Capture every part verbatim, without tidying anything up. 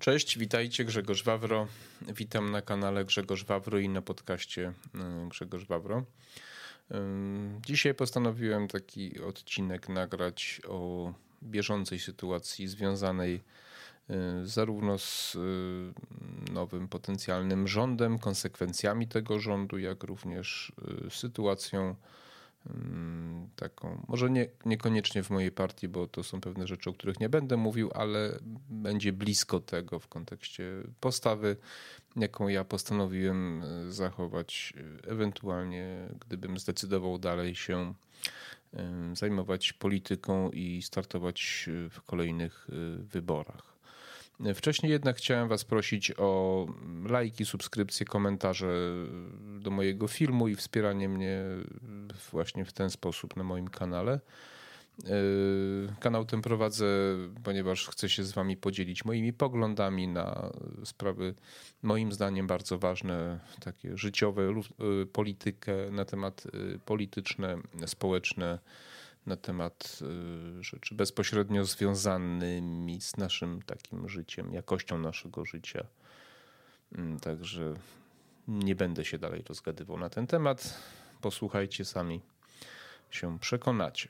Cześć, witajcie, Grzegorz Wawro. Witam na kanale Grzegorz Wawro i na podcaście Grzegorz Wawro. Dzisiaj postanowiłem taki odcinek nagrać o bieżącej sytuacji związanej zarówno z nowym potencjalnym rządem, konsekwencjami tego rządu, jak również sytuacją taką, może nie, niekoniecznie w mojej partii, bo to są pewne rzeczy, o których nie będę mówił, ale będzie blisko tego w kontekście postawy, jaką ja postanowiłem zachować, ewentualnie gdybym zdecydował dalej się zajmować polityką i startować w kolejnych wyborach. Wcześniej jednak chciałem Was prosić o lajki, subskrypcje, komentarze do mojego filmu i wspieranie mnie właśnie w ten sposób na moim kanale. Kanał ten prowadzę, ponieważ chcę się z Wami podzielić moimi poglądami na sprawy moim zdaniem bardzo ważne, takie życiowe, politykę, na temat polityczne, społeczne, na temat rzeczy bezpośrednio związanymi z naszym takim życiem, jakością naszego życia. Także nie będę się dalej rozgadywał na ten temat. Posłuchajcie, sami się przekonacie.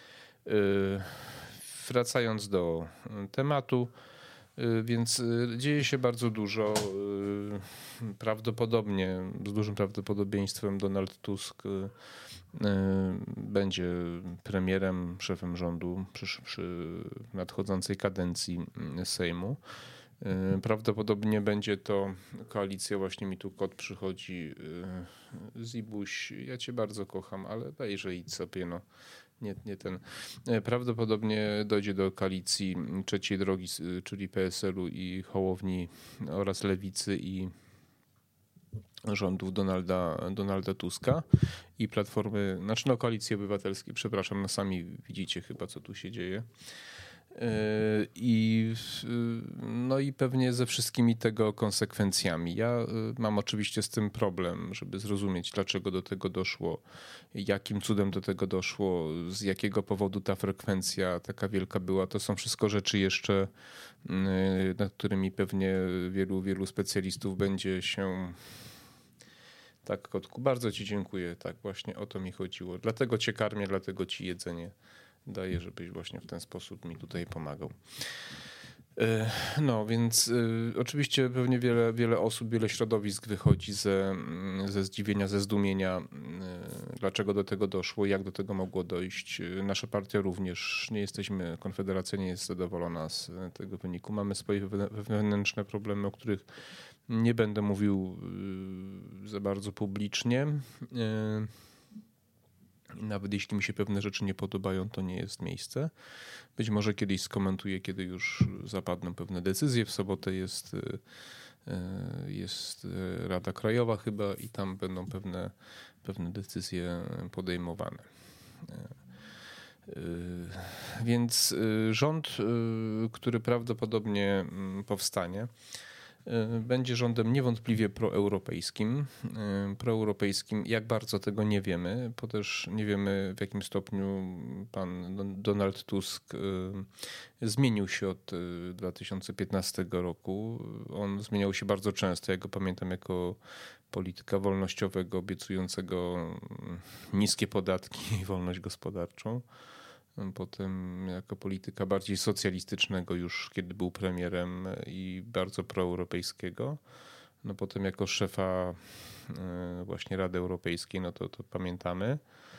Wracając do tematu, więc dzieje się bardzo dużo. Prawdopodobnie, z dużym prawdopodobieństwem Donald Tusk będzie premierem, szefem rządu przy, przy nadchodzącej kadencji Sejmu. Prawdopodobnie będzie to koalicja, właśnie mi tu kot przychodzi, Zibuś, ja cię bardzo kocham, ale dajże idź sobie, no. Nie, nie ten. Prawdopodobnie dojdzie do koalicji trzeciej drogi, czyli P S L u i Hołowni oraz Lewicy i rządów Donalda, Donalda Tuska i Platformy, znaczy no Koalicji Obywatelskiej, przepraszam, no sami widzicie chyba, co tu się dzieje. I, no i pewnie ze wszystkimi tego konsekwencjami. Ja mam oczywiście z tym problem, żeby zrozumieć, dlaczego do tego doszło, jakim cudem do tego doszło, z jakiego powodu ta frekwencja taka wielka była. To są wszystko rzeczy jeszcze, nad którymi pewnie wielu, wielu specjalistów będzie się... Tak, kotku, bardzo ci dziękuję. Tak, właśnie o to mi chodziło. Dlatego cię karmię, dlatego ci jedzenie daję, żebyś właśnie w ten sposób mi tutaj pomagał. No, więc oczywiście pewnie wiele, wiele osób, wiele środowisk wychodzi ze, ze zdziwienia, ze zdumienia, dlaczego do tego doszło, jak do tego mogło dojść. Nasza partia również, nie jesteśmy, Konfederacja nie jest zadowolona z tego wyniku. Mamy swoje wewnętrzne problemy, o których nie będę mówił za bardzo publicznie. Nawet jeśli mi się pewne rzeczy nie podobają, to nie jest miejsce. Być może kiedyś skomentuję, kiedy już zapadną pewne decyzje. W sobotę jest, jest Rada Krajowa chyba i tam będą pewne, pewne decyzje podejmowane. Więc rząd, który prawdopodobnie powstanie, będzie rządem niewątpliwie proeuropejskim. Proeuropejskim, jak bardzo tego nie wiemy, bo też nie wiemy, w jakim stopniu pan Donald Tusk zmienił się od dwa tysiące piętnastego roku. On zmieniał się bardzo często. Ja go pamiętam jako polityka wolnościowego, obiecującego niskie podatki i wolność gospodarczą. Potem jako polityka bardziej socjalistycznego już, kiedy był premierem i bardzo proeuropejskiego. No potem jako szefa właśnie Rady Europejskiej, no to, to pamiętamy.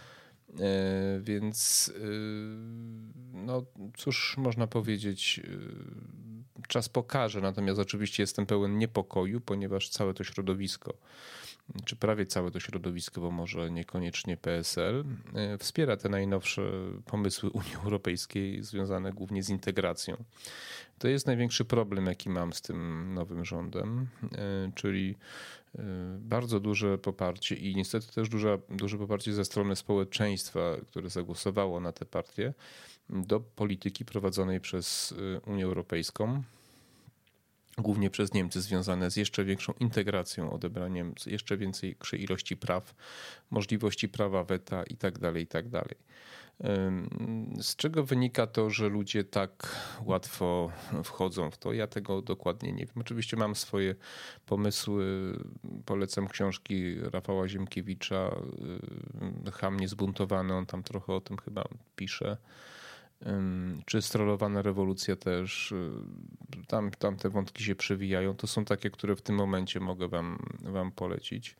Więc no cóż można powiedzieć, czas pokaże, natomiast oczywiście jestem pełen niepokoju, ponieważ całe to środowisko, czy prawie całe to środowisko, bo może niekoniecznie P S L, wspiera te najnowsze pomysły Unii Europejskiej związane głównie z integracją. To jest największy problem, jaki mam z tym nowym rządem, czyli bardzo duże poparcie i niestety też duże, duże poparcie ze strony społeczeństwa, które zagłosowało na tę partię, do polityki prowadzonej przez Unię Europejską. głównie przez Niemcy, związane z jeszcze większą integracją, odebraniem jeszcze większej ilości praw, możliwości prawa weta i tak dalej, i tak dalej. Z czego wynika to, że ludzie tak łatwo wchodzą w to? Ja tego dokładnie nie wiem. Oczywiście mam swoje pomysły. Polecam książki Rafała Ziemkiewicza, Cham niezbuntowany, on tam trochę o tym chyba pisze. Czy Strollowana rewolucja też, tam, tam te wątki się przewijają. To są takie, które w tym momencie mogę wam, wam polecić.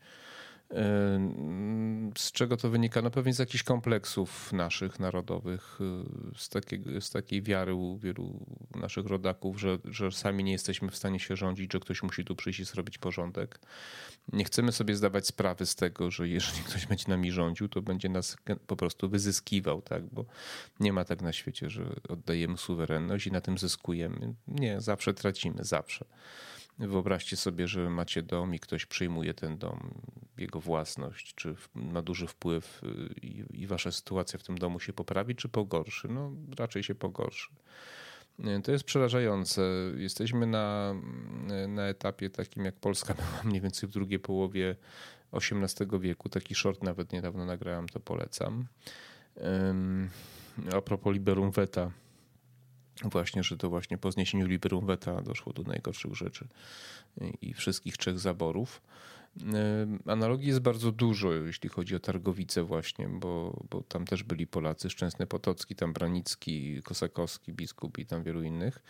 Z czego to wynika? No pewnie z jakichś kompleksów naszych narodowych, z, takiego, z takiej wiary u wielu naszych rodaków, że, że sami nie jesteśmy w stanie się rządzić, że ktoś musi tu przyjść i zrobić porządek. Nie chcemy sobie zdawać sprawy z tego, że jeżeli ktoś będzie nami rządził, to będzie nas po prostu wyzyskiwał, tak? Bo nie ma tak na świecie, że oddajemy suwerenność i na tym zyskujemy. Nie, zawsze tracimy, zawsze. Wyobraźcie sobie, że macie dom i ktoś przyjmuje ten dom, jego własność, czy ma duży wpływ i, i wasza sytuacja w tym domu się poprawi, czy pogorszy? No raczej się pogorszy. To jest przerażające. Jesteśmy na, na etapie takim, jak Polska była mniej więcej w drugiej połowie osiemnastego wieku. Taki short nawet niedawno nagrałem, to polecam. A propos liberum veta. Właśnie, że to właśnie po zniesieniu liberum veta doszło do najgorszych rzeczy i wszystkich trzech zaborów. Analogii jest bardzo dużo, jeśli chodzi o Targowice właśnie, bo, bo tam też byli Polacy, Szczęsny Potocki, tam Branicki, Kosakowski, biskup i tam wielu innych,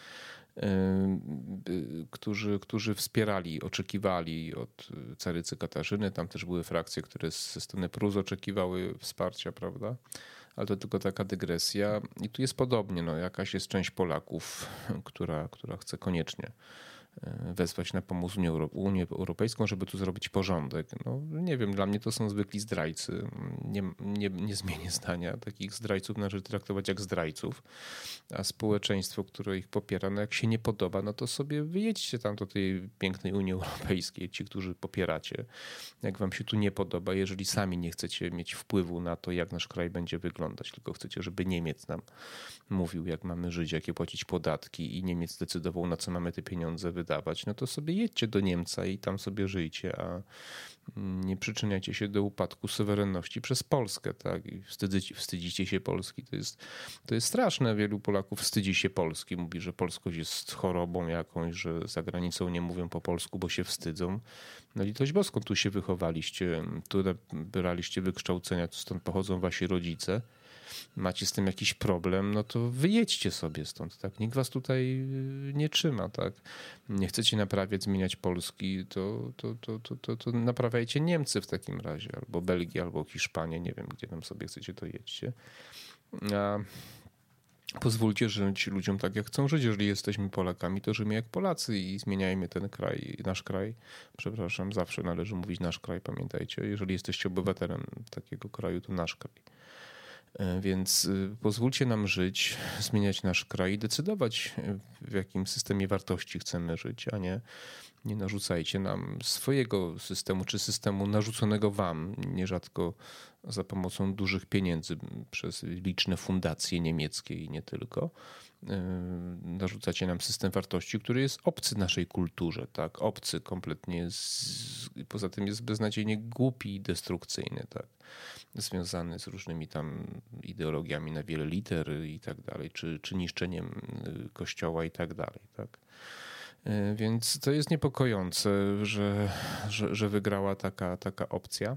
którzy, którzy wspierali, oczekiwali od carycy Katarzyny. Tam też były frakcje, które ze strony Prus oczekiwały wsparcia, prawda? Ale to tylko taka dygresja. I tu jest podobnie. No, jakaś jest część Polaków, która, która chce koniecznie wezwać na pomoc Unię Europejską, żeby tu zrobić porządek. No, nie wiem, dla mnie to są zwykli zdrajcy. Nie, nie, nie zmienię zdania. Takich zdrajców należy traktować jak zdrajców, a społeczeństwo, które ich popiera, no jak się nie podoba, no to sobie wyjedźcie tam do tej pięknej Unii Europejskiej, ci, którzy popieracie. Jak wam się tu nie podoba, jeżeli sami nie chcecie mieć wpływu na to, jak nasz kraj będzie wyglądać, tylko chcecie, żeby Niemiec nam mówił, jak mamy żyć, jakie płacić podatki i Niemiec decydował, na co mamy te pieniądze wydawać, no to sobie jedźcie do Niemca i tam sobie żyjcie, a nie przyczyniajcie się do upadku suwerenności przez Polskę, tak? I wstydzicie, wstydzicie się Polski. To jest, to jest straszne. Wielu Polaków wstydzi się Polski. Mówi, że polskość jest chorobą jakąś, że za granicą nie mówią po polsku, bo się wstydzą. No litość boską, tu się wychowaliście, tu braliście wykształcenia, stąd pochodzą wasi rodzice. Macie z tym jakiś problem, no to wyjedźcie sobie stąd, tak? Nikt was tutaj nie trzyma, tak? Nie chcecie naprawiać, zmieniać Polski, to, to, to, to, to, to naprawiajcie Niemcy w takim razie, albo Belgię, albo Hiszpanię, nie wiem, gdzie tam sobie chcecie, to jedźcie. A pozwólcie żyć ludziom tak, jak chcą żyć. Jeżeli jesteśmy Polakami, to żyjmy jak Polacy i zmieniajmy ten kraj, nasz kraj. Przepraszam, zawsze należy mówić nasz kraj, pamiętajcie. Jeżeli jesteście obywatelem takiego kraju, to nasz kraj. Więc pozwólcie nam żyć, zmieniać nasz kraj i decydować, w jakim systemie wartości chcemy żyć, a nie, nie narzucajcie nam swojego systemu, czy systemu narzuconego wam, nierzadko za pomocą dużych pieniędzy przez liczne fundacje niemieckie i nie tylko. Narzucacie nam system wartości, który jest obcy naszej kulturze, tak? Obcy kompletnie, z, poza tym jest beznadziejnie głupi i destrukcyjny, tak? Związany z różnymi tam ideologiami na wiele liter i tak dalej, czy, czy niszczeniem kościoła i tak dalej, tak? Więc to jest niepokojące, że, że, że wygrała taka, taka opcja.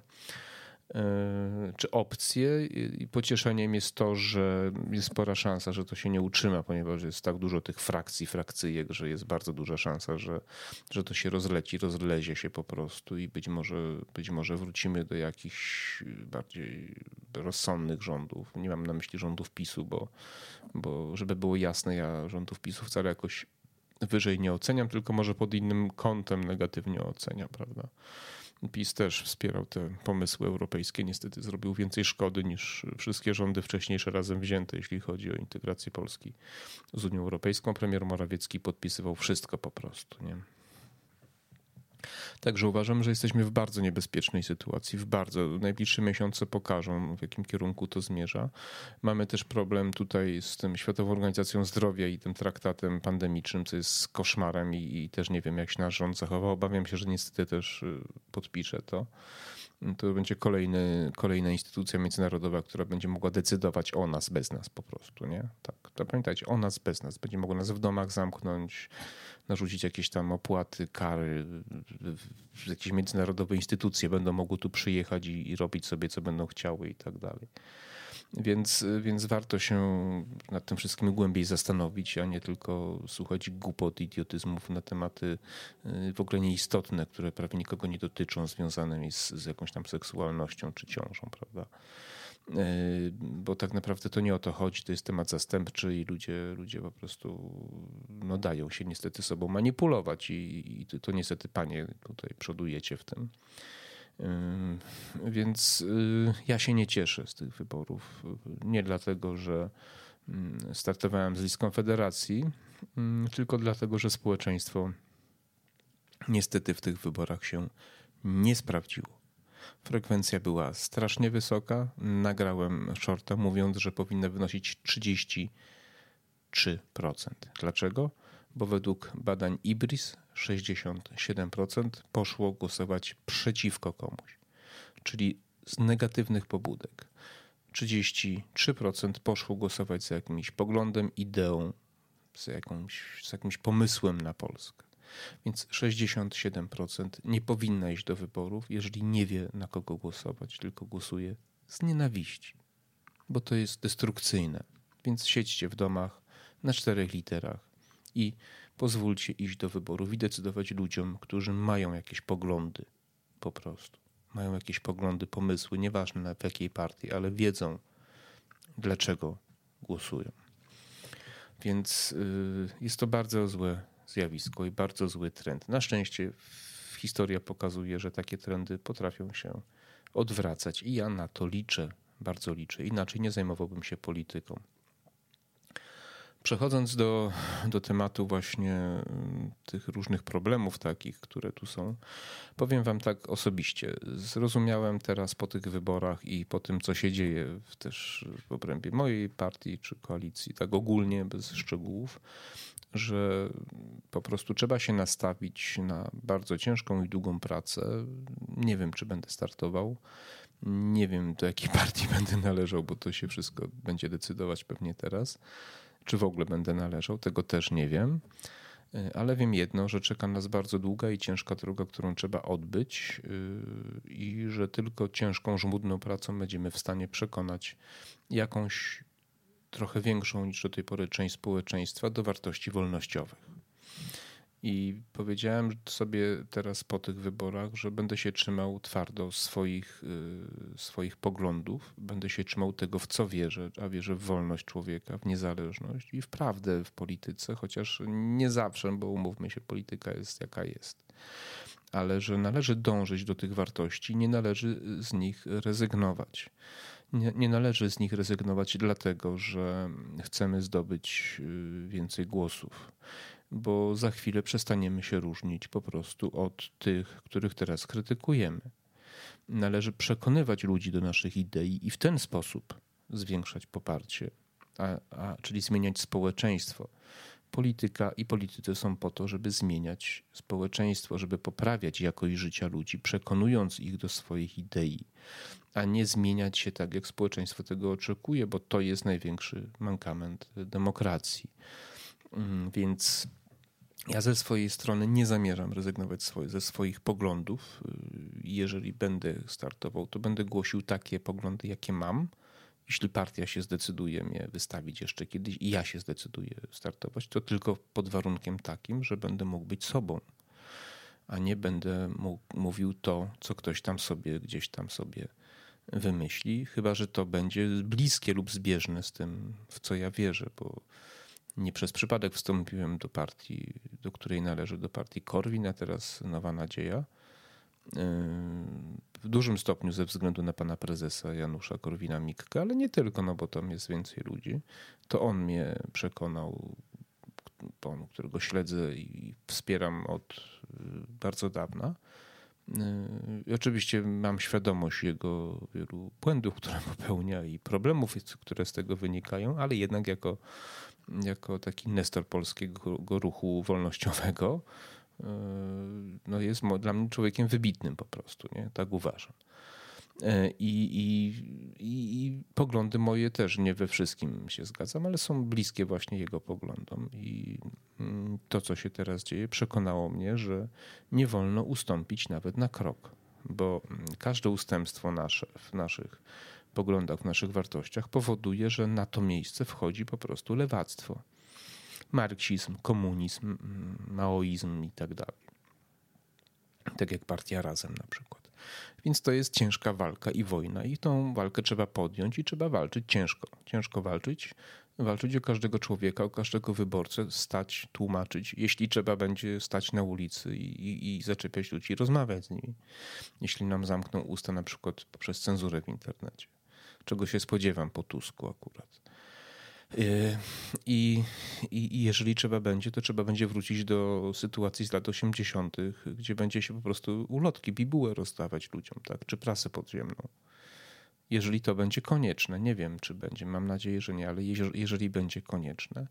Czy opcje i pocieszeniem jest to, że jest spora szansa, że to się nie utrzyma, ponieważ jest tak dużo tych frakcji, frakcyjek, że jest bardzo duża szansa, że, że to się rozleci, rozlezie się po prostu i być może, być może wrócimy do jakichś bardziej rozsądnych rządów. Nie mam na myśli rządów PiSu, bo, bo żeby było jasne, ja rządów PiSu wcale jakoś wyżej nie oceniam, tylko może pod innym kątem negatywnie oceniam, prawda? PiS też wspierał te pomysły europejskie. Niestety zrobił więcej szkody niż wszystkie rządy wcześniejsze razem wzięte, jeśli chodzi o integrację Polski z Unią Europejską. Premier Morawiecki podpisywał wszystko po prostu, nie? Także uważam, że jesteśmy w bardzo niebezpiecznej sytuacji. W bardzo najbliższe miesiące pokażą, w jakim kierunku to zmierza. Mamy też problem tutaj z tym Światową Organizacją Zdrowia i tym traktatem pandemicznym, co jest koszmarem i, i też nie wiem, jak się nasz rząd zachował. Obawiam się, że niestety też podpisze to. To będzie kolejny, kolejna instytucja międzynarodowa, która będzie mogła decydować o nas bez nas po prostu, nie? Tak, to pamiętajcie, o nas bez nas. Będzie mogła nas w domach zamknąć, narzucić jakieś tam opłaty, kary, jakieś międzynarodowe instytucje będą mogły tu przyjechać i, i robić sobie, co będą chciały i tak dalej. Więc, więc warto się nad tym wszystkim głębiej zastanowić, a nie tylko słuchać głupot, idiotyzmów na tematy w ogóle nieistotne, które prawie nikogo nie dotyczą, związane z, z jakąś tam seksualnością czy ciążą, prawda? Bo tak naprawdę to nie o to chodzi, to jest temat zastępczy i ludzie, ludzie po prostu no, dają się niestety sobą manipulować i, i to niestety panie tutaj przodujecie w tym. Więc ja się nie cieszę z tych wyborów. Nie dlatego, że startowałem z list Konfederacji, tylko dlatego, że społeczeństwo niestety w tych wyborach się nie sprawdziło. Frekwencja była strasznie wysoka. Nagrałem shorta mówiąc, że powinna wynosić trzydzieści trzy procent. Dlaczego? Bo według badań I B R I S sześćdziesiąt siedem procent poszło głosować przeciwko komuś, czyli z negatywnych pobudek. trzydzieści trzy procent poszło głosować za jakimś poglądem, ideą, z, jakąś, z jakimś pomysłem na Polskę. Więc sześćdziesiąt siedem procent nie powinna iść do wyborów, jeżeli nie wie, na kogo głosować, tylko głosuje z nienawiści, bo to jest destrukcyjne. Więc siedźcie w domach na czterech literach i pozwólcie iść do wyborów i decydować ludziom, którzy mają jakieś poglądy po prostu. Mają jakieś poglądy, pomysły, nieważne w jakiej partii, ale wiedzą, dlaczego głosują. Więc jest to bardzo złe zjawisko i bardzo zły trend. Na szczęście historia pokazuje, że takie trendy potrafią się odwracać i ja na to liczę, bardzo liczę. Inaczej nie zajmowałbym się polityką. Przechodząc do, do tematu właśnie tych różnych problemów takich, które tu są, powiem wam tak osobiście. Zrozumiałem teraz po tych wyborach i po tym, co się dzieje w, też w obrębie mojej partii czy koalicji, tak ogólnie, bez szczegółów, że po prostu trzeba się nastawić na bardzo ciężką i długą pracę. Nie wiem, czy będę startował. Nie wiem, do jakiej partii będę należał, bo to się wszystko będzie decydować pewnie teraz. Czy w ogóle będę należał, tego też nie wiem. Ale wiem jedno, że czeka nas bardzo długa i ciężka droga, którą trzeba odbyć i że tylko ciężką, żmudną pracą będziemy w stanie przekonać jakąś trochę większą niż do tej pory część społeczeństwa do wartości wolnościowych. I powiedziałem sobie teraz po tych wyborach, że będę się trzymał twardo swoich, swoich poglądów, będę się trzymał tego, w co wierzę, a wierzę w wolność człowieka, w niezależność i w prawdę w polityce, chociaż nie zawsze, bo umówmy się, polityka jest jaka jest. Ale że należy dążyć do tych wartości, nie należy z nich rezygnować. Nie, nie należy z nich rezygnować dlatego, że chcemy zdobyć więcej głosów, bo za chwilę przestaniemy się różnić po prostu od tych, których teraz krytykujemy. Należy przekonywać ludzi do naszych idei i w ten sposób zwiększać poparcie, a, a, czyli zmieniać społeczeństwo. Polityka i politycy są po to, żeby zmieniać społeczeństwo, żeby poprawiać jakość życia ludzi, przekonując ich do swoich idei, a nie zmieniać się tak, jak społeczeństwo tego oczekuje, bo to jest największy mankament demokracji. Więc ja ze swojej strony nie zamierzam rezygnować swoje, ze swoich poglądów. Jeżeli będę startował, to będę głosił takie poglądy, jakie mam. Jeśli partia się zdecyduje mnie wystawić jeszcze kiedyś i ja się zdecyduję startować, to tylko pod warunkiem takim, że będę mógł być sobą, a nie będę mógł, mówił to, co ktoś tam sobie, gdzieś tam sobie wymyśli, chyba że to będzie bliskie lub zbieżne z tym, w co ja wierzę, bo nie przez przypadek wstąpiłem do partii, do której należę, do partii Korwin, a teraz Nowa Nadzieja. W dużym stopniu ze względu na pana prezesa Janusza Korwina-Mikke, ale nie tylko, no bo tam jest więcej ludzi. To on mnie przekonał, którego śledzę i wspieram od bardzo dawna. I oczywiście mam świadomość jego wielu błędów, które popełnia i problemów, które z tego wynikają, ale jednak jako, jako taki nestor polskiego ruchu wolnościowego no jest dla mnie człowiekiem wybitnym po prostu, nie? Tak uważam. I, i, i, I poglądy moje też nie we wszystkim się zgadzam, ale są bliskie właśnie jego poglądom. I to, co się teraz dzieje, przekonało mnie, że nie wolno ustąpić nawet na krok, bo każde ustępstwo nasze w naszych poglądach, w naszych wartościach powoduje, że na to miejsce wchodzi po prostu lewactwo. Marksizm, komunizm, maoizm i tak dalej. Tak jak Partia Razem na przykład. Więc to jest ciężka walka i wojna i tą walkę trzeba podjąć i trzeba walczyć ciężko. Ciężko walczyć, walczyć o każdego człowieka, o każdego wyborcę, stać, tłumaczyć. Jeśli trzeba będzie stać na ulicy i, i, i zaczepiać ludzi, rozmawiać z nimi. Jeśli nam zamkną usta na przykład poprzez cenzurę w internecie. Czego się spodziewam po Tusku akurat. I, i, I jeżeli trzeba będzie, to trzeba będzie wrócić do sytuacji z lat osiemdziesiątych, gdzie będzie się po prostu ulotki, bibułę rozdawać ludziom, tak? Czy prasę podziemną. Jeżeli to będzie konieczne, nie wiem, czy będzie, mam nadzieję, że nie, ale jeżeli, jeżeli będzie konieczne,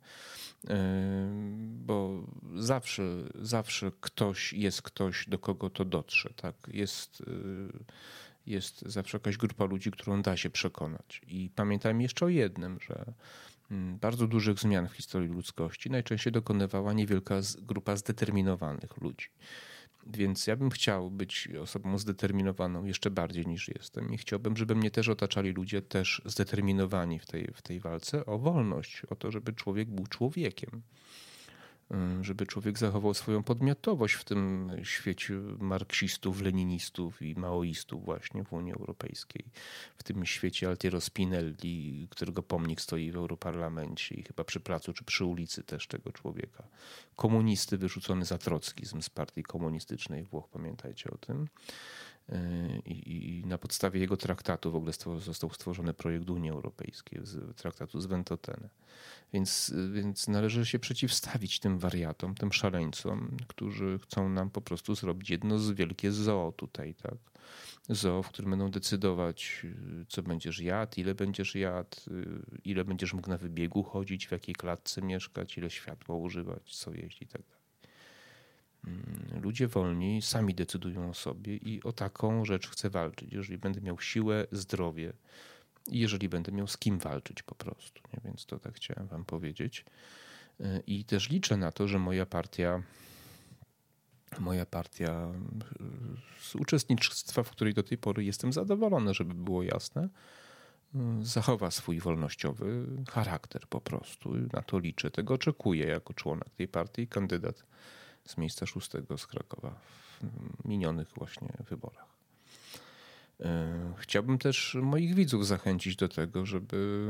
bo zawsze, zawsze ktoś jest ktoś, do kogo to dotrze, tak? Jest, jest zawsze jakaś grupa ludzi, którą da się przekonać. I pamiętajmy jeszcze o jednym, że bardzo dużych zmian w historii ludzkości najczęściej dokonywała niewielka grupa zdeterminowanych ludzi. Więc ja bym chciał być osobą zdeterminowaną jeszcze bardziej niż jestem i chciałbym, żeby mnie też otaczali ludzie też zdeterminowani w tej, w tej walce o wolność, o to, żeby człowiek był człowiekiem. Żeby człowiek zachował swoją podmiotowość w tym świecie marksistów, leninistów i maoistów właśnie w Unii Europejskiej. W tym świecie Altiero Spinelli, którego pomnik stoi w Europarlamencie i chyba przy placu czy przy ulicy też tego człowieka. Komunisty wyrzucony za trockizm z partii komunistycznej Włoch, pamiętajcie o tym. I, I na podstawie jego traktatu w ogóle został stworzony projekt Unii Europejskiej, z traktatu z Ventotene. Więc, więc należy się przeciwstawić tym wariatom, tym szaleńcom, którzy chcą nam po prostu zrobić jedno z wielkie zoo tutaj, tak? Zoo, w którym będą decydować, co będziesz jadł, ile będziesz jadł, ile będziesz mógł na wybiegu chodzić, w jakiej klatce mieszkać, ile światła używać, co jeść i tak dalej. Ludzie wolni sami decydują o sobie i o taką rzecz chcę walczyć. Jeżeli będę miał siłę, zdrowie i jeżeli będę miał z kim walczyć po prostu. Nie? Więc to tak chciałem wam powiedzieć. I też liczę na to, że moja partia, moja partia z uczestnictwa, w której do tej pory jestem zadowolony, żeby było jasne, zachowa swój wolnościowy charakter po prostu. Na to liczę. Tego oczekuję jako członek tej partii, kandydat z miejsca szóstego z Krakowa w minionych właśnie wyborach. Chciałbym też moich widzów zachęcić do tego, żeby,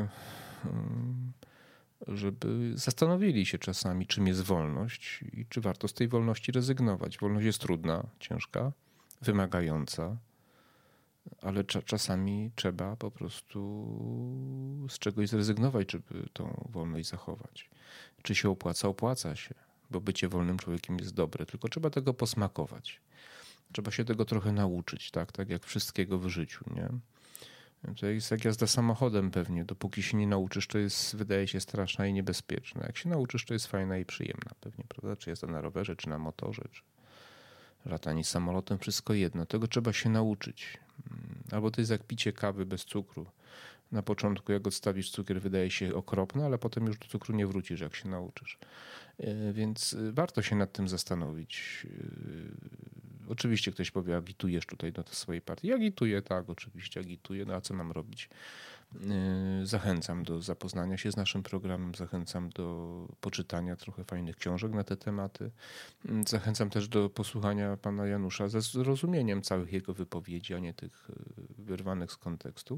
żeby zastanowili się czasami, czym jest wolność i czy warto z tej wolności rezygnować. Wolność jest trudna, ciężka, wymagająca, ale cza- czasami trzeba po prostu z czegoś zrezygnować, żeby tą wolność zachować. Czy się opłaca? Opłaca się. Bo bycie wolnym człowiekiem jest dobre, tylko trzeba tego posmakować. Trzeba się tego trochę nauczyć, tak, tak jak wszystkiego w życiu, nie? To jest jak jazda samochodem pewnie. Dopóki się nie nauczysz, to jest, wydaje się, straszna i niebezpieczna. Jak się nauczysz, to jest fajna i przyjemna pewnie, prawda? Czy jazda na rowerze, czy na motorze, czy latanie samolotem, wszystko jedno. Tego trzeba się nauczyć. Albo to jest jak picie kawy bez cukru. Na początku, jak odstawisz cukier, wydaje się okropne, ale potem już do cukru nie wrócisz, jak się nauczysz. Więc warto się nad tym zastanowić. Oczywiście ktoś powie, agitujesz tutaj do swojej partii. Agituję, tak, oczywiście agituję. No a co mam robić? Zachęcam do zapoznania się z naszym programem, zachęcam do poczytania trochę fajnych książek na te tematy. Zachęcam też do posłuchania pana Janusza ze zrozumieniem całych jego wypowiedzi, a nie tych wyrwanych z kontekstu.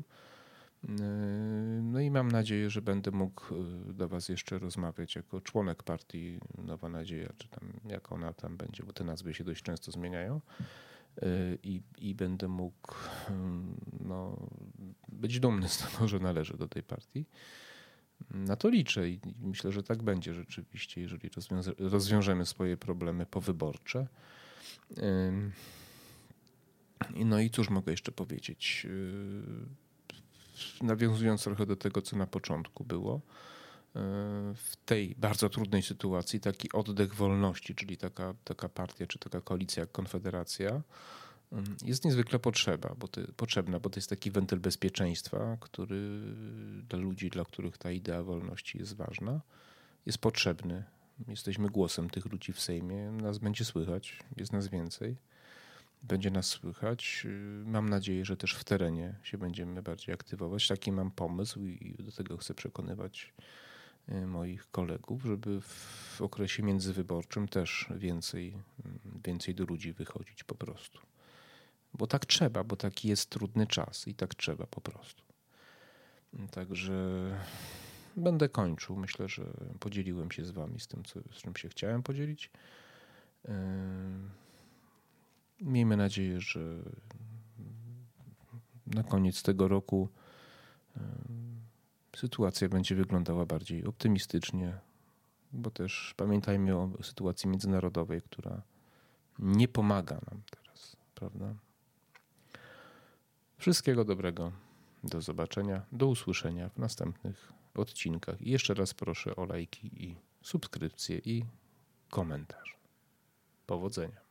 No i mam nadzieję, że będę mógł do was jeszcze rozmawiać jako członek partii Nowa Nadzieja, czy tam jak ona tam będzie, bo te nazwy się dość często zmieniają. I, i będę mógł no, być dumny z tego, że należę do tej partii. Na to liczę i myślę, że tak będzie rzeczywiście, jeżeli rozwiąza- rozwiążemy swoje problemy powyborcze. No i cóż mogę jeszcze powiedzieć? Nawiązując trochę do tego, co na początku było, w tej bardzo trudnej sytuacji taki oddech wolności, czyli taka, taka partia czy taka koalicja jak Konfederacja, jest niezwykle potrzeba, bo to, potrzebna, bo to jest taki wentyl bezpieczeństwa, który dla ludzi, dla których ta idea wolności jest ważna, jest potrzebny. Jesteśmy głosem tych ludzi w Sejmie, nas będzie słychać, jest nas więcej. Będzie nas słychać. Mam nadzieję, że też w terenie się będziemy bardziej aktywować. Taki mam pomysł i do tego chcę przekonywać moich kolegów, żeby w okresie międzywyborczym też więcej, więcej do ludzi wychodzić po prostu. Bo tak trzeba, bo taki jest trudny czas i tak trzeba po prostu. Także będę kończył. Myślę, że podzieliłem się z wami z tym, co, z czym się chciałem podzielić. Miejmy nadzieję, że na koniec tego roku sytuacja będzie wyglądała bardziej optymistycznie, bo też pamiętajmy o sytuacji międzynarodowej, która nie pomaga nam teraz, prawda? Wszystkiego dobrego. Do zobaczenia, do usłyszenia w następnych odcinkach. I jeszcze raz proszę o lajki i subskrypcje i komentarze. Powodzenia.